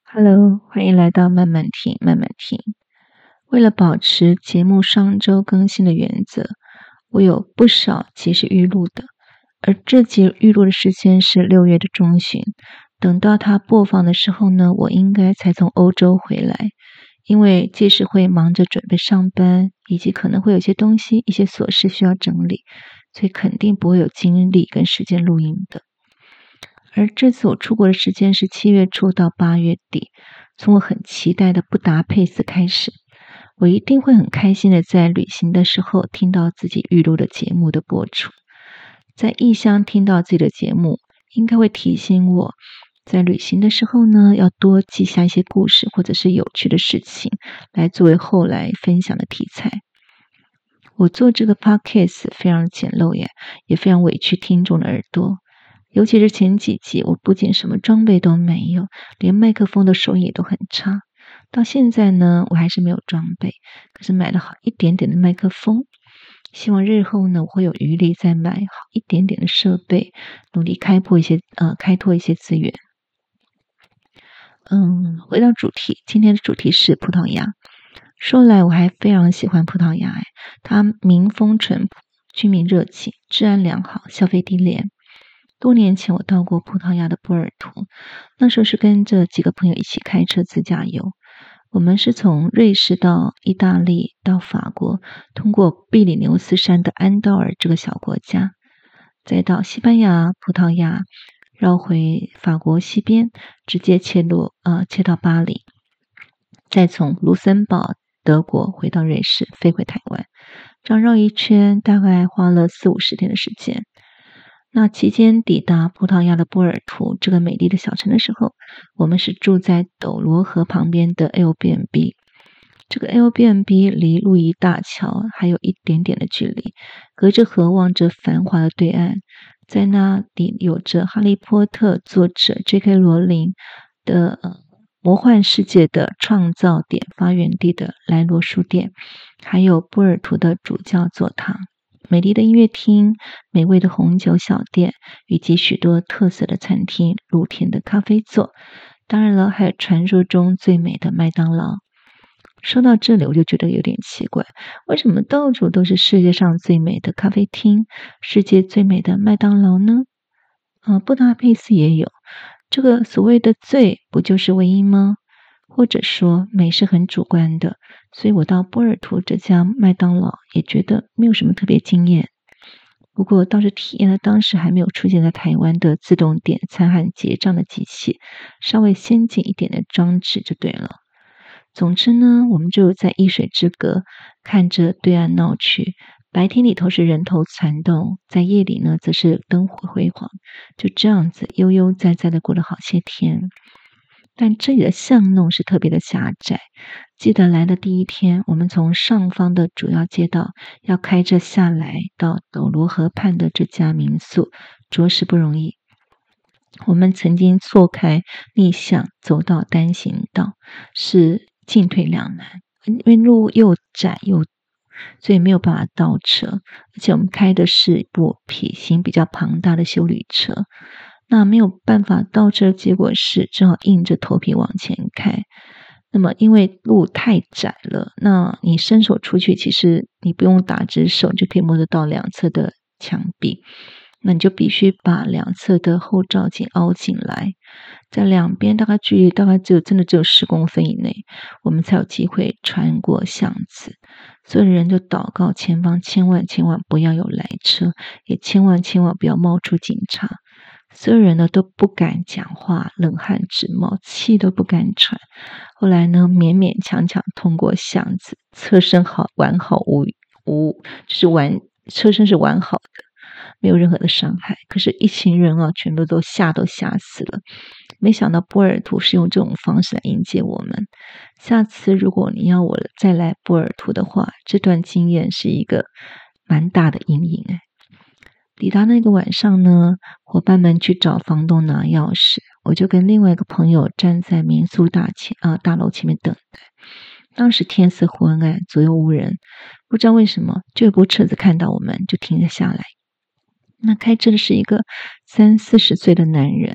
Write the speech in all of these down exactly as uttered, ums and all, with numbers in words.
Hello，欢迎来到慢慢听，慢慢听。为了保持节目双周更新的原则，我有不少集是预录的，而这集预录的时间是六月的中旬。等到它播放的时候呢，我应该才从欧洲回来，因为届时会忙着准备上班，以及可能会有一些东西、一些琐事需要整理，所以肯定不会有精力跟时间录音的。而这次我出国的时间是七月初到八月底，从我很期待的布达佩斯开始，我一定会很开心的在旅行的时候听到自己预录的节目的播出。在异乡听到自己的节目，应该会提醒我，在旅行的时候呢，要多记下一些故事或者是有趣的事情，来作为后来分享的题材。我做这个 podcast 非常简陋耶，也非常委屈听众的耳朵。尤其是前几集，我不仅什么装备都没有，连麦克风的收音也都很差。到现在呢，我还是没有装备，可是买了好一点点的麦克风。希望日后呢，我会有余力再买好一点点的设备，努力开拓一些呃开拓一些资源。嗯，回到主题，今天的主题是葡萄牙。说来我还非常喜欢葡萄牙，哎，它民风淳朴，居民热情，治安良好，消费低廉。多年前我到过葡萄牙的波尔图，那时候是跟着几个朋友一起开车自驾游。我们是从瑞士到意大利到法国，通过比利牛斯山的安道尔这个小国家，再到西班牙、葡萄牙，绕回法国西边，直接切入呃切到巴黎，再从卢森堡德国回到瑞士，飞回台湾，这样绕一圈大概花了四五十天的时间。那期间抵达葡萄牙的波尔图这个美丽的小城的时候，我们是住在斗罗河旁边的 Airbnb。这个 Airbnb 离路易大桥还有一点点的距离，隔着河望着繁华的对岸，在那里有着哈利波特作者 J K 罗琳的、呃、魔幻世界的创造点发源地的莱罗书店，还有波尔图的主教座堂。美丽的音乐厅，美味的红酒小店，以及许多特色的餐厅，露天的咖啡座，当然了，还有传说中最美的麦当劳。说到这里，我就觉得有点奇怪，为什么到处都是世界上最美的咖啡厅，世界最美的麦当劳呢？啊，布达佩斯也有，这个所谓的最，不就是唯一吗？或者说美是很主观的，所以我到波尔图这家麦当劳也觉得没有什么特别惊艳。不过倒是体验了当时还没有出现在台湾的自动点餐和结账的机器，稍微先进一点的装置就对了。总之呢，我们就在一水之隔，看着对岸闹区，白天里头是人头攒动，在夜里呢则是灯火辉煌，就这样子悠悠哉哉的过了好些天。但这里的巷弄是特别的狭窄，记得来的第一天，我们从上方的主要街道要开车下来到斗罗河畔的这家民宿，着实不容易。我们曾经错开逆向走到单行道，是进退两难，因为路又窄又所以没有办法倒车，而且我们开的是一部体型比较庞大的休旅车，那没有办法倒车，结果是只好硬着头皮往前开。那么因为路太窄了，那你伸手出去，其实你不用打直手就可以摸得到两侧的墙壁，那你就必须把两侧的后照镜凹进来，在两边大概距离大概只有真的只有十公分以内，我们才有机会穿过巷子。所有人都祷告前方千万千万不要有来车，也千万千万不要冒出警察。所有人呢都不敢讲话，冷汗直冒，气都不敢喘。后来呢，勉勉强强通过巷子，车身好完好无无，就是完车身是完好的，没有任何的伤害。可是，一群人啊，全部都吓都吓死了。没想到波尔图是用这种方式来迎接我们。下次如果你要我再来波尔图的话，这段经验是一个蛮大的阴影哎。抵达那个晚上呢，伙伴们去找房东拿钥匙，我就跟另外一个朋友站在民宿大前啊大楼前面等待。当时天色昏暗，左右无人，不知道为什么，就有部车子看到我们就停了下来。那开车的是一个三四十岁的男人，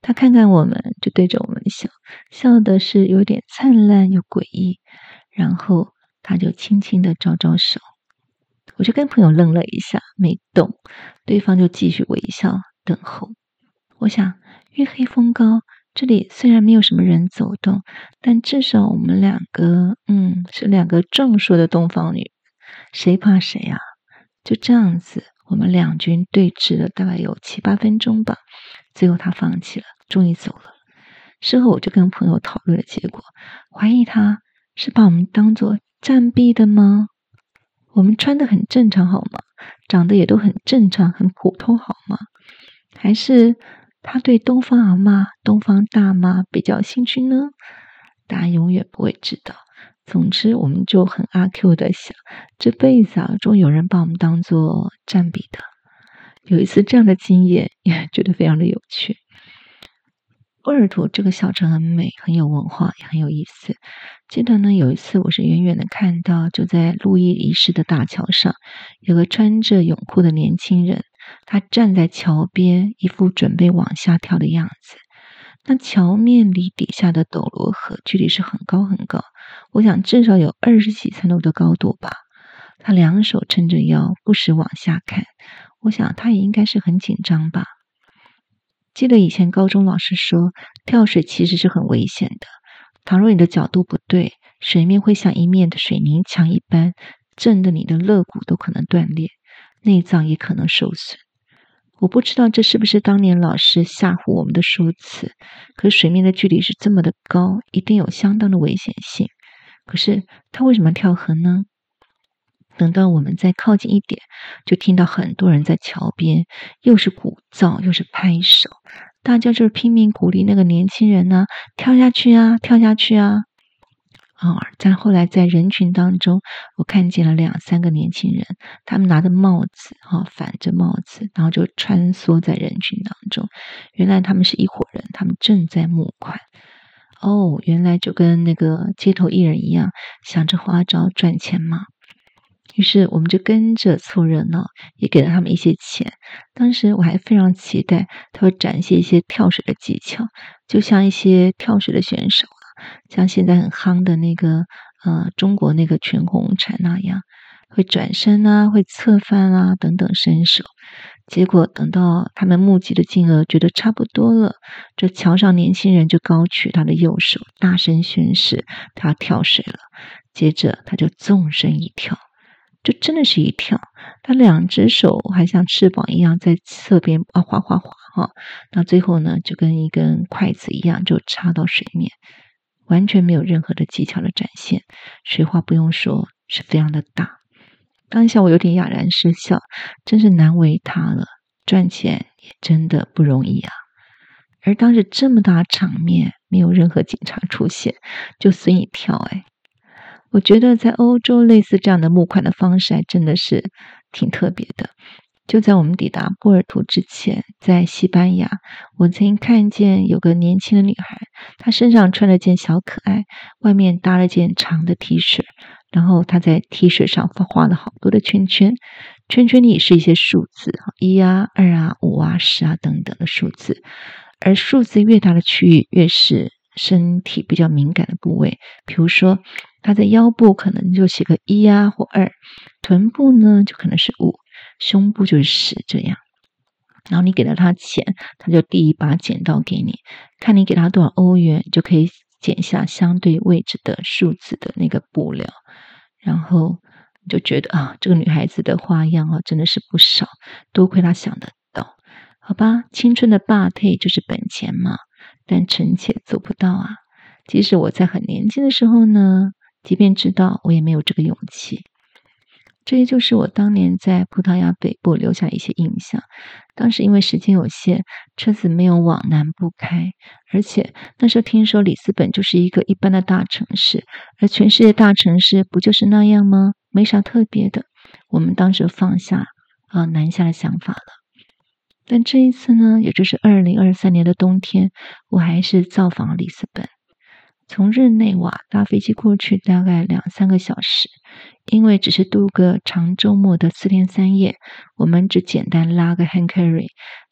他看看我们，就对着我们笑，笑的是有点灿烂又诡异，然后他就轻轻的招招手。我就跟朋友愣了一下，没动，对方就继续微笑等候。我想，月黑风高，这里虽然没有什么人走动，但至少我们两个，嗯，是两个壮硕的东方女，谁怕谁啊？就这样子，我们两军对峙了大概有七八分钟吧，最后他放弃了，终于走了。事后我就跟朋友讨论了结果，怀疑他是把我们当作暂避的吗？我们穿得很正常好吗？长得也都很正常很普通好吗？还是他对东方阿嬷、东方大妈比较兴趣呢？答案永远不会知道。总之我们就很阿 Q 的想，这辈子啊，终有人把我们当作占比的。有一次这样的经验，也觉得非常的有趣。波尔图这个小城很美，很有文化，也很有意思。记得呢，有一次我是远远的看到，就在路易一世的大桥上，有个穿着泳裤的年轻人，他站在桥边，一副准备往下跳的样子。那桥面离底下的斗罗河距离是很高很高，我想至少有二十几层楼的高度吧。他两手撑着腰，不时往下看，我想他也应该是很紧张吧。记得以前高中老师说，跳水其实是很危险的，倘若你的角度不对，水面会像一面的水泥墙一般，震得你的肋骨都可能断裂，内脏也可能受损。我不知道这是不是当年老师吓唬我们的说辞，可是水面的距离是这么的高，一定有相当的危险性。可是他为什么跳河呢？等到我们再靠近一点，就听到很多人在桥边，又是鼓噪又是拍手，大家就是拼命鼓励那个年轻人啊，跳下去啊，跳下去啊。哦，但后来在人群当中，我看见了两三个年轻人，他们拿着帽子，哦，反着帽子，然后就穿梭在人群当中。原来他们是一伙人，他们正在募款。哦，原来就跟那个街头艺人一样，想着花招赚钱嘛。于是我们就跟着凑热闹，也给了他们一些钱。当时我还非常期待他会展现一些跳水的技巧，就像一些跳水的选手啊，像现在很夯的那个呃中国那个全红婵那样，会转身啊，会侧翻啊等等身手。结果等到他们募集的金额觉得差不多了，这桥上年轻人就高举他的右手，大声宣誓他要跳水了。接着他就纵身一跳。这真的是一跳，他两只手还像翅膀一样在侧边啊滑滑滑哈，到最后呢就跟一根筷子一样就插到水面，完全没有任何的技巧的展现，水花不用说是非常的大。当下我有点哑然失笑，真是难为他了，赚钱也真的不容易啊。而当时这么大场面，没有任何警察出现，就随你跳哎。我觉得在欧洲类似这样的募款的方式还真的是挺特别的。就在我们抵达波尔图之前，在西班牙，我曾经看见有个年轻的女孩，她身上穿了件小可爱，外面搭了件长的 T 恤，然后她在 T 恤上画了好多的圈圈，圈圈里是一些数字，一啊、二啊、五啊、十啊等等的数字，而数字越大的区域越是身体比较敏感的部位，比如说他在腰部可能就写个一啊或二，臀部呢就可能是五，胸部就是十这样。然后你给了他钱，他就递一把剪刀给你，看你给他多少欧元，就可以剪下相对位置的数字的那个布料。然后你就觉得啊，这个女孩子的花样啊真的是不少，多亏她想得到。好吧，青春的霸退就是本钱嘛，但臣妾做不到啊。即使我在很年轻的时候呢，即便知道，我也没有这个勇气。这也就是我当年在葡萄牙北部留下一些印象。当时因为时间有限，车子没有往南部开，而且那时候听说里斯本就是一个一般的大城市，而全世界大城市不就是那样吗？没啥特别的。我们当时放下啊南下的想法了。但这一次呢，也就是二零二三年的冬天，我还是造访了里斯本。从日内瓦搭飞机过去大概两三个小时，因为只是度个长周末的四天三夜，我们只简单拉个 hand carry，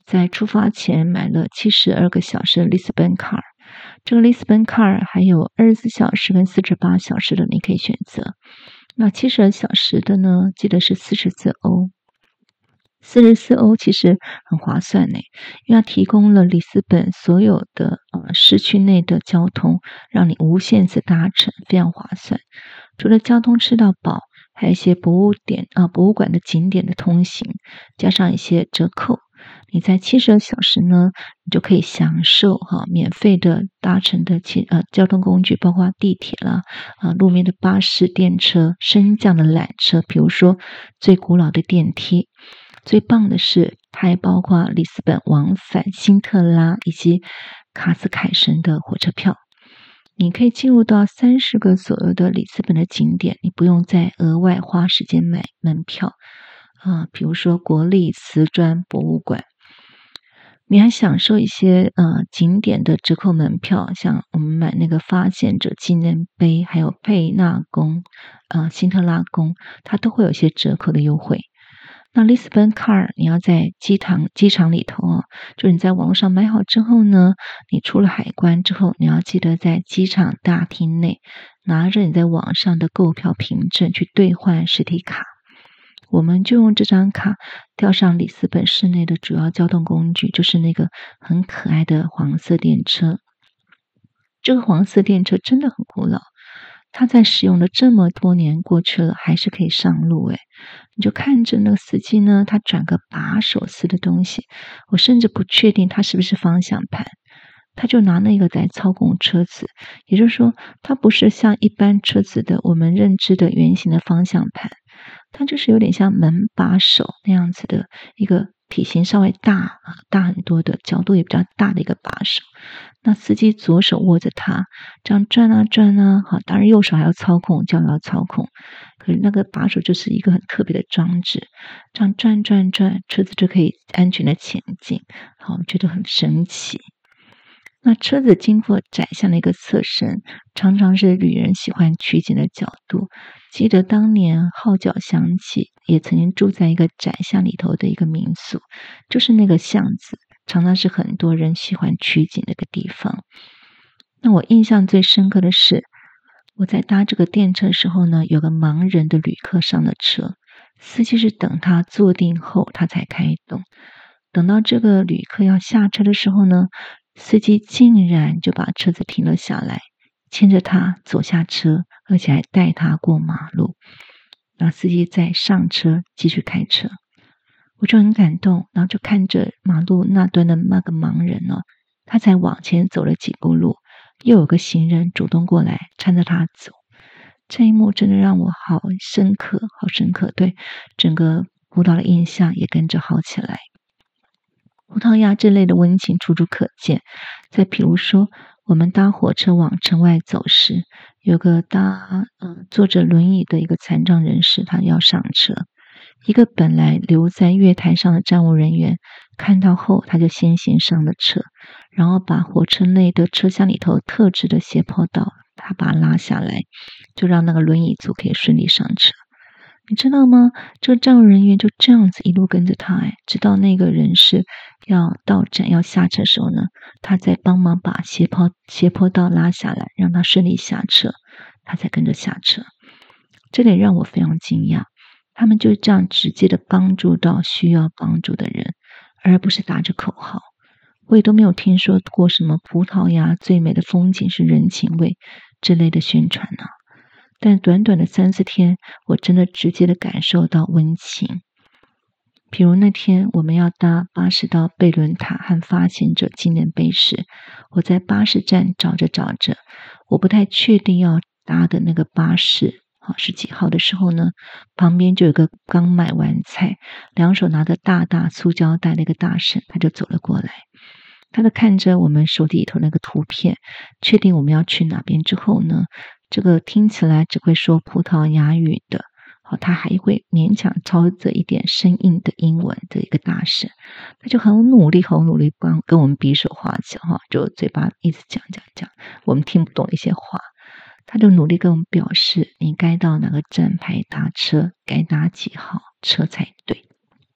在出发前买了七十二个小时的 Lisbon Car， 这个 Lisbon Car 还有二十四小时跟四十八小时的你可以选择。那七十二小时的呢，记得是四十四欧。四十四欧其实很划算呢，因为它提供了里斯本所有的呃市区内的交通，让你无限次搭乘，非常划算。除了交通吃到饱，还有一些博物点啊、呃、博物馆的景点的通行，加上一些折扣，你在七十二小时呢，你就可以享受哈、啊、免费的搭乘的其呃交通工具，包括地铁啦啊路面的巴士、电车、升降的缆车，比如说最古老的电梯。最棒的是，它还包括里斯本往返辛特拉以及卡斯凯什的火车票。你可以进入到三十个左右的里斯本的景点，你不用再额外花时间买门票啊、呃，比如说国立瓷砖博物馆。你还享受一些呃景点的折扣门票，像我们买那个发现者纪念碑，还有佩纳宫、呃辛特拉宫，它都会有一些折扣的优惠。那 Lisbon Car 你要在机场机场里头哦，就是你在网络上买好之后呢，你出了海关之后，你要记得在机场大厅内拿着你在网上的购票凭证去兑换实体卡。我们就用这张卡调上里斯本市内的主要交通工具，就是那个很可爱的黄色电车。这个黄色电车真的很古老，它在使用了这么多年过去了，还是可以上路诶。你就看着那个司机呢，他转个把手似的东西，我甚至不确定他是不是方向盘，他就拿那个在操控车子，也就是说，它不是像一般车子的我们认知的圆形的方向盘，它就是有点像门把手那样子的一个体型稍微大啊大很多的，角度也比较大的一个把手。那司机左手握着它，这样转啊转啊，好，当然右手还要操控，脚也要操控。可是那个把手就是一个很特别的装置，这样转转转，车子就可以安全的前进，好，我觉得很神奇。那车子经过窄巷的一个侧身，常常是旅人喜欢取景的角度。记得当年号角响起，也曾经住在一个窄巷里头的一个民宿，就是那个巷子，常常是很多人喜欢取景的一个地方。那我印象最深刻的是，我在搭这个电车的时候呢，有个盲人的旅客上了车，司机是等他坐定后，他才开动。等到这个旅客要下车的时候呢，司机竟然就把车子停了下来，牵着他走下车，而且还带他过马路。然后司机再上车继续开车，我就很感动，然后就看着马路那端的那个盲人哦，他才往前走了几步路，又有个行人主动过来搀着他走。这一幕真的让我好深刻，好深刻，对整个葡萄的印象也跟着好起来。葡萄牙这类的温情处处可见，再比如说，我们搭火车往城外走时，有个搭呃坐着轮椅的一个残障人士，他要上车，一个本来留在月台上的站务人员看到后，他就先行上了车，然后把火车内的车厢里头特制的斜坡道，他把它拉下来，就让那个轮椅族可以顺利上车。你知道吗？这个站务人员就这样子一路跟着他，哎，直到那个人士要到站要下车的时候呢，他再帮忙把斜坡斜坡道拉下来，让他顺利下车，他才跟着下车。这点让我非常惊讶，他们就这样直接的帮助到需要帮助的人，而不是打着口号。我也都没有听说过什么葡萄牙最美的风景是人情味之类的宣传呢、啊。但短短的三四天，我真的直接的感受到温情。比如那天我们要搭巴士到贝伦塔和发现者纪念碑时，我在巴士站找着找着，我不太确定要搭的那个巴士好是几号的时候呢，旁边就有个刚买完菜，两手拿着大大塑胶袋的一个大婶，他就走了过来。他就看着我们手里头那个图片，确定我们要去哪边之后呢，这个听起来只会说葡萄牙语的，好，他还会勉强操着一点生硬的英文的一个大婶，他就很努力、很努力帮跟我们比手画脚，哈，就嘴巴一直讲讲讲，我们听不懂一些话，他就努力跟我们表示，你该到哪个站牌搭车，该搭几号车才对。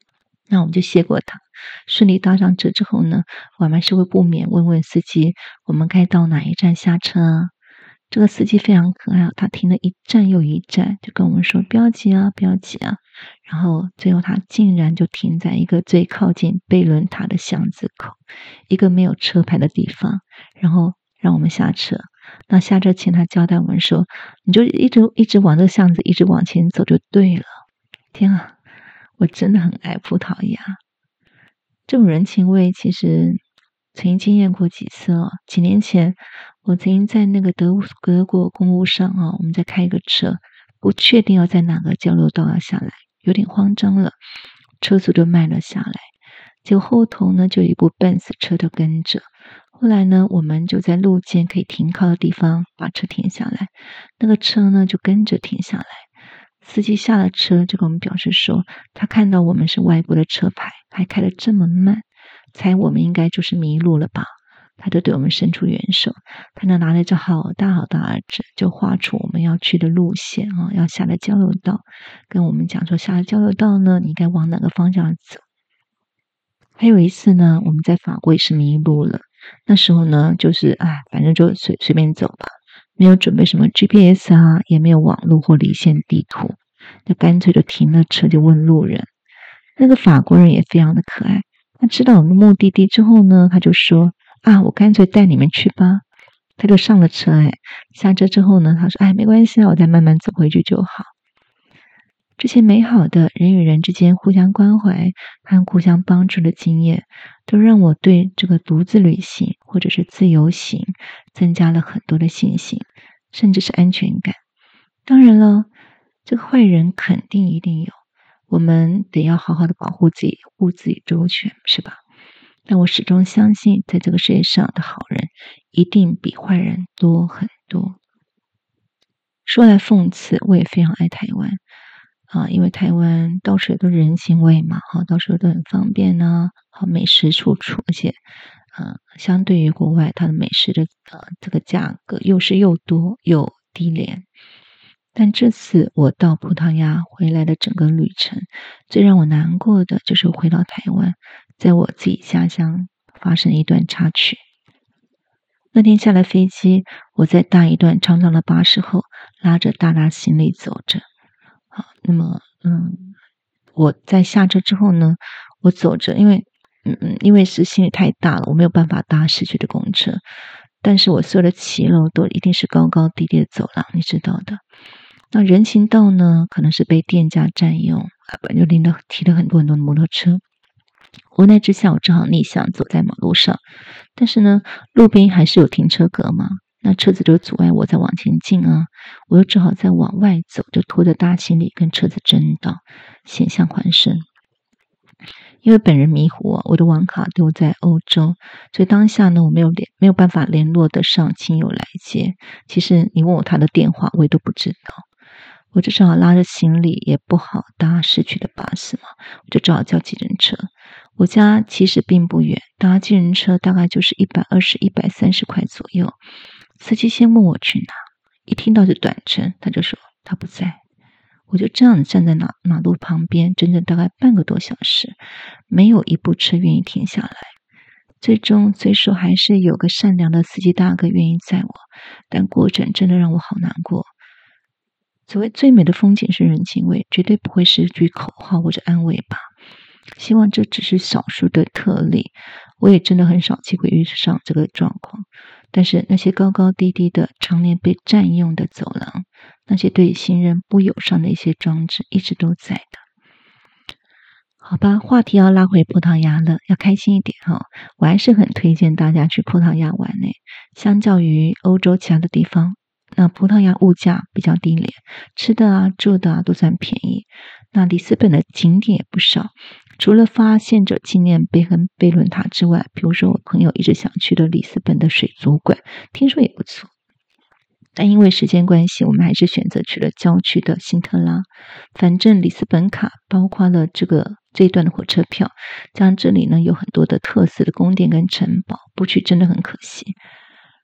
那我们就谢过他，顺利搭上车之后呢，我们还是会不免问问司机，我们该到哪一站下车啊？这个司机非常可爱啊，他停了一站又一站，就跟我们说不要急啊，不要急啊。然后最后他竟然就停在一个最靠近贝伦塔的巷子口，一个没有车牌的地方，然后让我们下车。那下车前他交代我们说，你就一直一直往这个巷子一直往前走就对了。天啊，我真的很爱葡萄牙，这种人情味其实曾经经验过几次哦。几年前我曾经在那个德德国公路上啊，我们在开一个车，不确定要在哪个交流道要下来，有点慌张了，车速就慢了下来，结果后头呢就有一部奔驰车就跟着。后来呢，我们就在路肩可以停靠的地方把车停下来，那个车呢就跟着停下来。司机下了车就跟我们表示说，他看到我们是外国的车牌，还开得这么慢，猜我们应该就是迷路了吧。他就对我们伸出援手，他那拿了一张好大好大的纸，就画出我们要去的路线啊，要下的交流道，跟我们讲说下了交流道呢，你应该往哪个方向走。还有一次呢，我们在法国也是迷路了，那时候呢，就是哎，反正就随随便走吧，没有准备什么 G P S 啊，也没有网络或离线地图，就干脆就停了车就问路人。那个法国人也非常的可爱，他知道我们的目的地之后呢，他就说啊，我干脆带你们去吧。他就上了车，哎，下车之后呢，他说哎，没关系啊，我再慢慢走回去就好。这些美好的人与人之间互相关怀和互相帮助的经验，都让我对这个独自旅行或者是自由行增加了很多的信心，甚至是安全感。当然了，这个坏人肯定一定有，我们得要好好的保护自己，护自己周全，是吧？但我始终相信，在这个世界上的好人一定比坏人多很多。说来讽刺，我也非常爱台湾啊，因为台湾到处都人情味嘛，哈，到处都很方便呢，好美食处处，而且，呃，相对于国外，它的美食的呃这个价格又是又多又低廉。但这次我到葡萄牙回来的整个旅程，最让我难过的就是回到台湾，在我自己家乡发生一段插曲。那天下了飞机，我在搭一段长长的巴士后，拉着大大行李走着。好，那么，嗯，我在下车之后呢，我走着，因为，嗯嗯，因为是行李太大了，我没有办法搭市区的公车，但是我所有的骑楼都一定是高高低低的走廊，你知道的。那人行道呢，可能是被店家占用，啊，不然就拎了提了很多很多的摩托车。无奈之下，我只好逆向走在马路上，但是呢，路边还是有停车格嘛，那车子就阻碍我再往前进啊，我又只好再往外走，就拖着大行李跟车子争道，险象环生。因为本人迷糊啊，我的网卡丢在欧洲，所以当下呢，我没有联没有办法联络得上亲友来接。其实你问我他的电话，我也都不知道。我就只好拉着行李，也不好搭市区的巴士嘛，我就只好叫计程车。我家其实并不远，搭计程车大概就是一百二十、一百三十块左右。司机先问我去哪，一听到是短程，他就说他不在。我就这样站在马马路旁边，整整大概半个多小时，没有一部车愿意停下来。最终，最说还是有个善良的司机大哥愿意载我，但过程真的让我好难过。所谓最美的风景是人情味，绝对不会是一句口号或者安慰吧。希望这只是少数的特例，我也真的很少机会遇上这个状况。但是那些高高低低的、常年被占用的走廊，那些对行人不友善的一些装置，一直都在的。好吧，话题要拉回葡萄牙了，要开心一点哈、哦。我还是很推荐大家去葡萄牙玩呢。相较于欧洲其他的地方，那葡萄牙物价比较低廉，吃的啊、住的啊都算便宜。那里斯本的景点也不少，除了发现者纪念碑和贝伦塔之外，比如说我朋友一直想去的里斯本的水族馆，听说也不错。但因为时间关系，我们还是选择去了郊区的辛特拉。反正里斯本卡包括了这个这一段的火车票，加上这里呢有很多的特色的宫殿跟城堡，不去真的很可惜。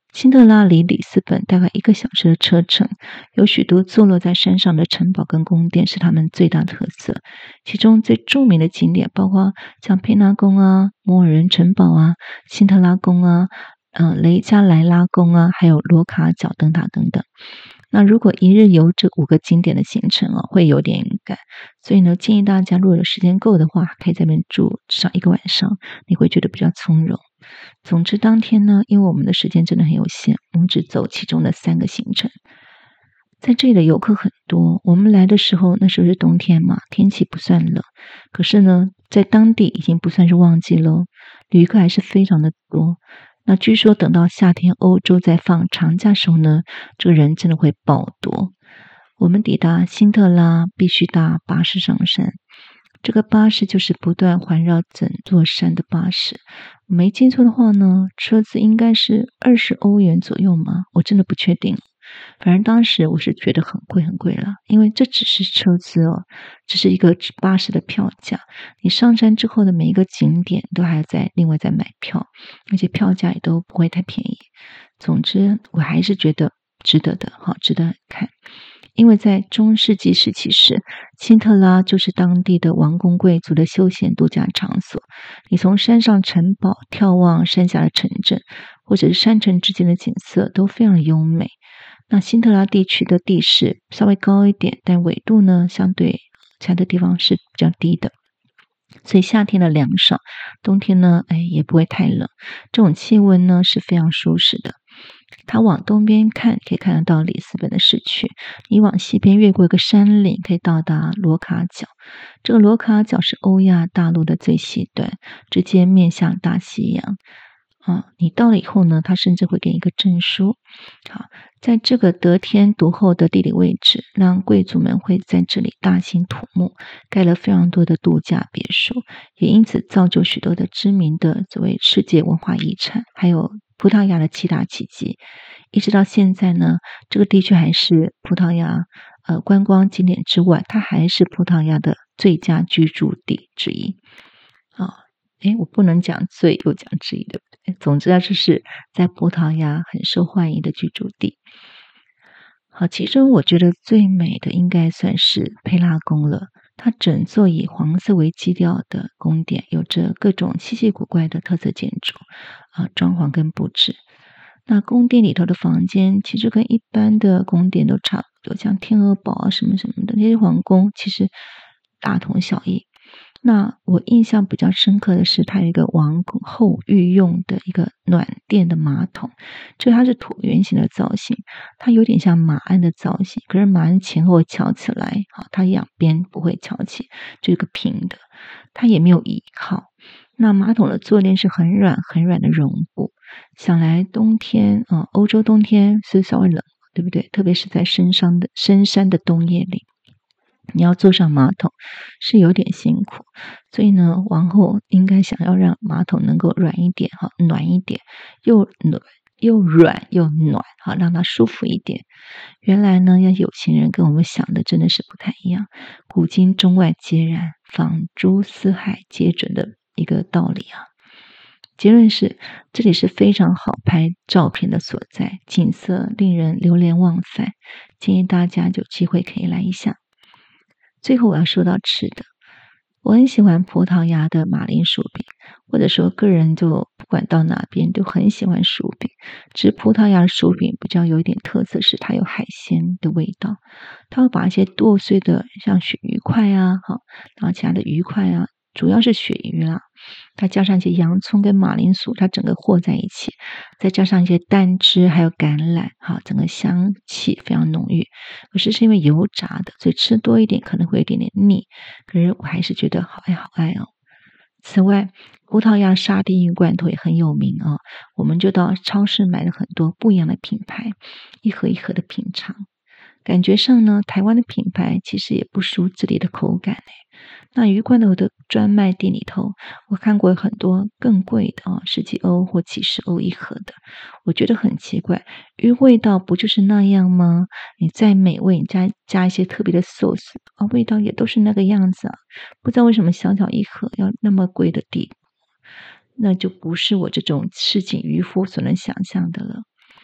辛特拉离里斯本大概一个小时的车程，有许多坐落在山上的城堡跟宫殿是他们最大特色。其中最著名的景点包括像佩纳宫啊、摩尔人城堡啊、辛特拉宫啊、呃雷加莱拉宫啊，还有罗卡角灯塔等等。那如果一日游这五个景点的行程哦，会有点赶，所以呢，建议大家如果有时间够的话，可以在那边住至少一个晚上，你会觉得比较从容。总之，当天呢，因为我们的时间真的很有限，我们只走其中的三个行程。在这里的游客很多，我们来的时候那时候是冬天嘛，天气不算冷，可是呢，在当地已经不算是旺季喽，旅客还是非常的多。那据说等到夏天欧洲在放长假时候呢，这个人真的会爆多。我们抵达辛特拉必须搭巴士上山，这个巴士就是不断环绕整座山的巴士。没记错的话呢，车子应该是二十欧元左右嘛，我真的不确定。反正当时我是觉得很贵很贵了，因为这只是车资哦，只是一个巴士的票价。你上山之后的每一个景点都还要再另外再买票，而且票价也都不会太便宜。总之，我还是觉得值得的，好，值得看。因为在中世纪时期时，辛特拉就是当地的王公贵族的休闲度假场所。你从山上城堡眺望山下的城镇，或者是山城之间的景色都非常的优美。那辛特拉地区的地势稍微高一点，但纬度呢相对其他的地方是比较低的，所以夏天的凉爽，冬天呢，哎也不会太冷，这种气温呢是非常舒适的。它往东边看，可以看得到里斯本的市区；你往西边越过一个山岭，可以到达罗卡角。这个罗卡角是欧亚大陆的最西端，直接面向大西洋。啊，你到了以后呢，他甚至会给你一个证书。好，在这个得天独厚的地理位置，让贵族们会在这里大兴土木，盖了非常多的度假别墅，也因此造就许多的知名的所谓世界文化遗产，还有葡萄牙的七大奇迹。一直到现在呢，这个地区还是葡萄牙呃观光景点之外，它还是葡萄牙的最佳居住地之一。啊，诶，我不能讲最，又讲之一，对不对？总之，它就是在葡萄牙很受欢迎的居住地。好，其中我觉得最美的应该算是佩拉宫了。它整座以黄色为基调的宫殿，有着各种稀奇古怪的特色建筑啊，装潢跟布置。那宫殿里头的房间其实跟一般的宫殿都差不多，像天鹅堡啊什么什么的那些皇宫，其实大同小异。那我印象比较深刻的是，它有一个王后御用的一个暖殿的马桶，就它是椭圆形的造型，它有点像马鞍的造型，可是马鞍前后翘起来，好，它两边不会翘起，就一个平的，它也没有倚靠。那马桶的坐垫是很软很软的绒布，想来冬天啊、呃，欧洲冬天是稍微冷，对不对？特别是在深山的深山的冬夜里。你要坐上马桶是有点辛苦，所以呢，王后应该想要让马桶能够软一点哈，暖一点，又暖又软又暖，好让它舒服一点。原来呢，要有钱人跟我们想的真的是不太一样，古今中外皆然，放诸四海皆准的一个道理啊。结论是，这里是非常好拍照片的所在，景色令人流连忘返，建议大家有机会可以来一下。最后我要说到吃的，我很喜欢葡萄牙的马铃薯饼，或者说个人就不管到哪边都很喜欢薯饼。只是葡萄牙的薯饼比较有一点特色是它有海鲜的味道，它会把一些剁碎的像鳕鱼块啊，好，然后其他的鱼块啊，主要是鳕鱼啦，它加上一些洋葱跟马铃薯，它整个和在一起，再加上一些蛋汁还有橄榄，好，整个香气非常浓郁。可是是因为油炸的，所以吃多一点可能会有点点腻，可是我还是觉得好爱好爱哦。此外，葡萄牙沙丁鱼罐头也很有名哦，我们就到超市买了很多不一样的品牌，一盒一盒的品尝。感觉上呢，台湾的品牌其实也不输这里的口感诶。那鱼罐头的专卖店里头，我看过很多更贵的啊，十几欧或几十欧一盒的，我觉得很奇怪，鱼味道不就是那样吗？你再美味，你加加一些特别的 sauce 啊，味道也都是那个样子啊，不知道为什么小小一盒要那么贵的地步，那就不是我这种市井渔夫所能想象的了。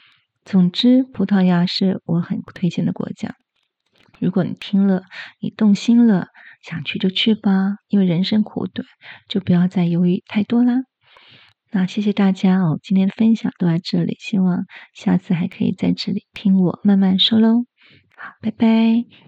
总之，葡萄牙是我很推荐的国家。如果你听了，你动心了，想去就去吧，因为人生苦短，就不要再犹豫太多啦。那谢谢大家哦，今天的分享都在这里，希望下次还可以在这里听我慢慢说喽。好，拜拜。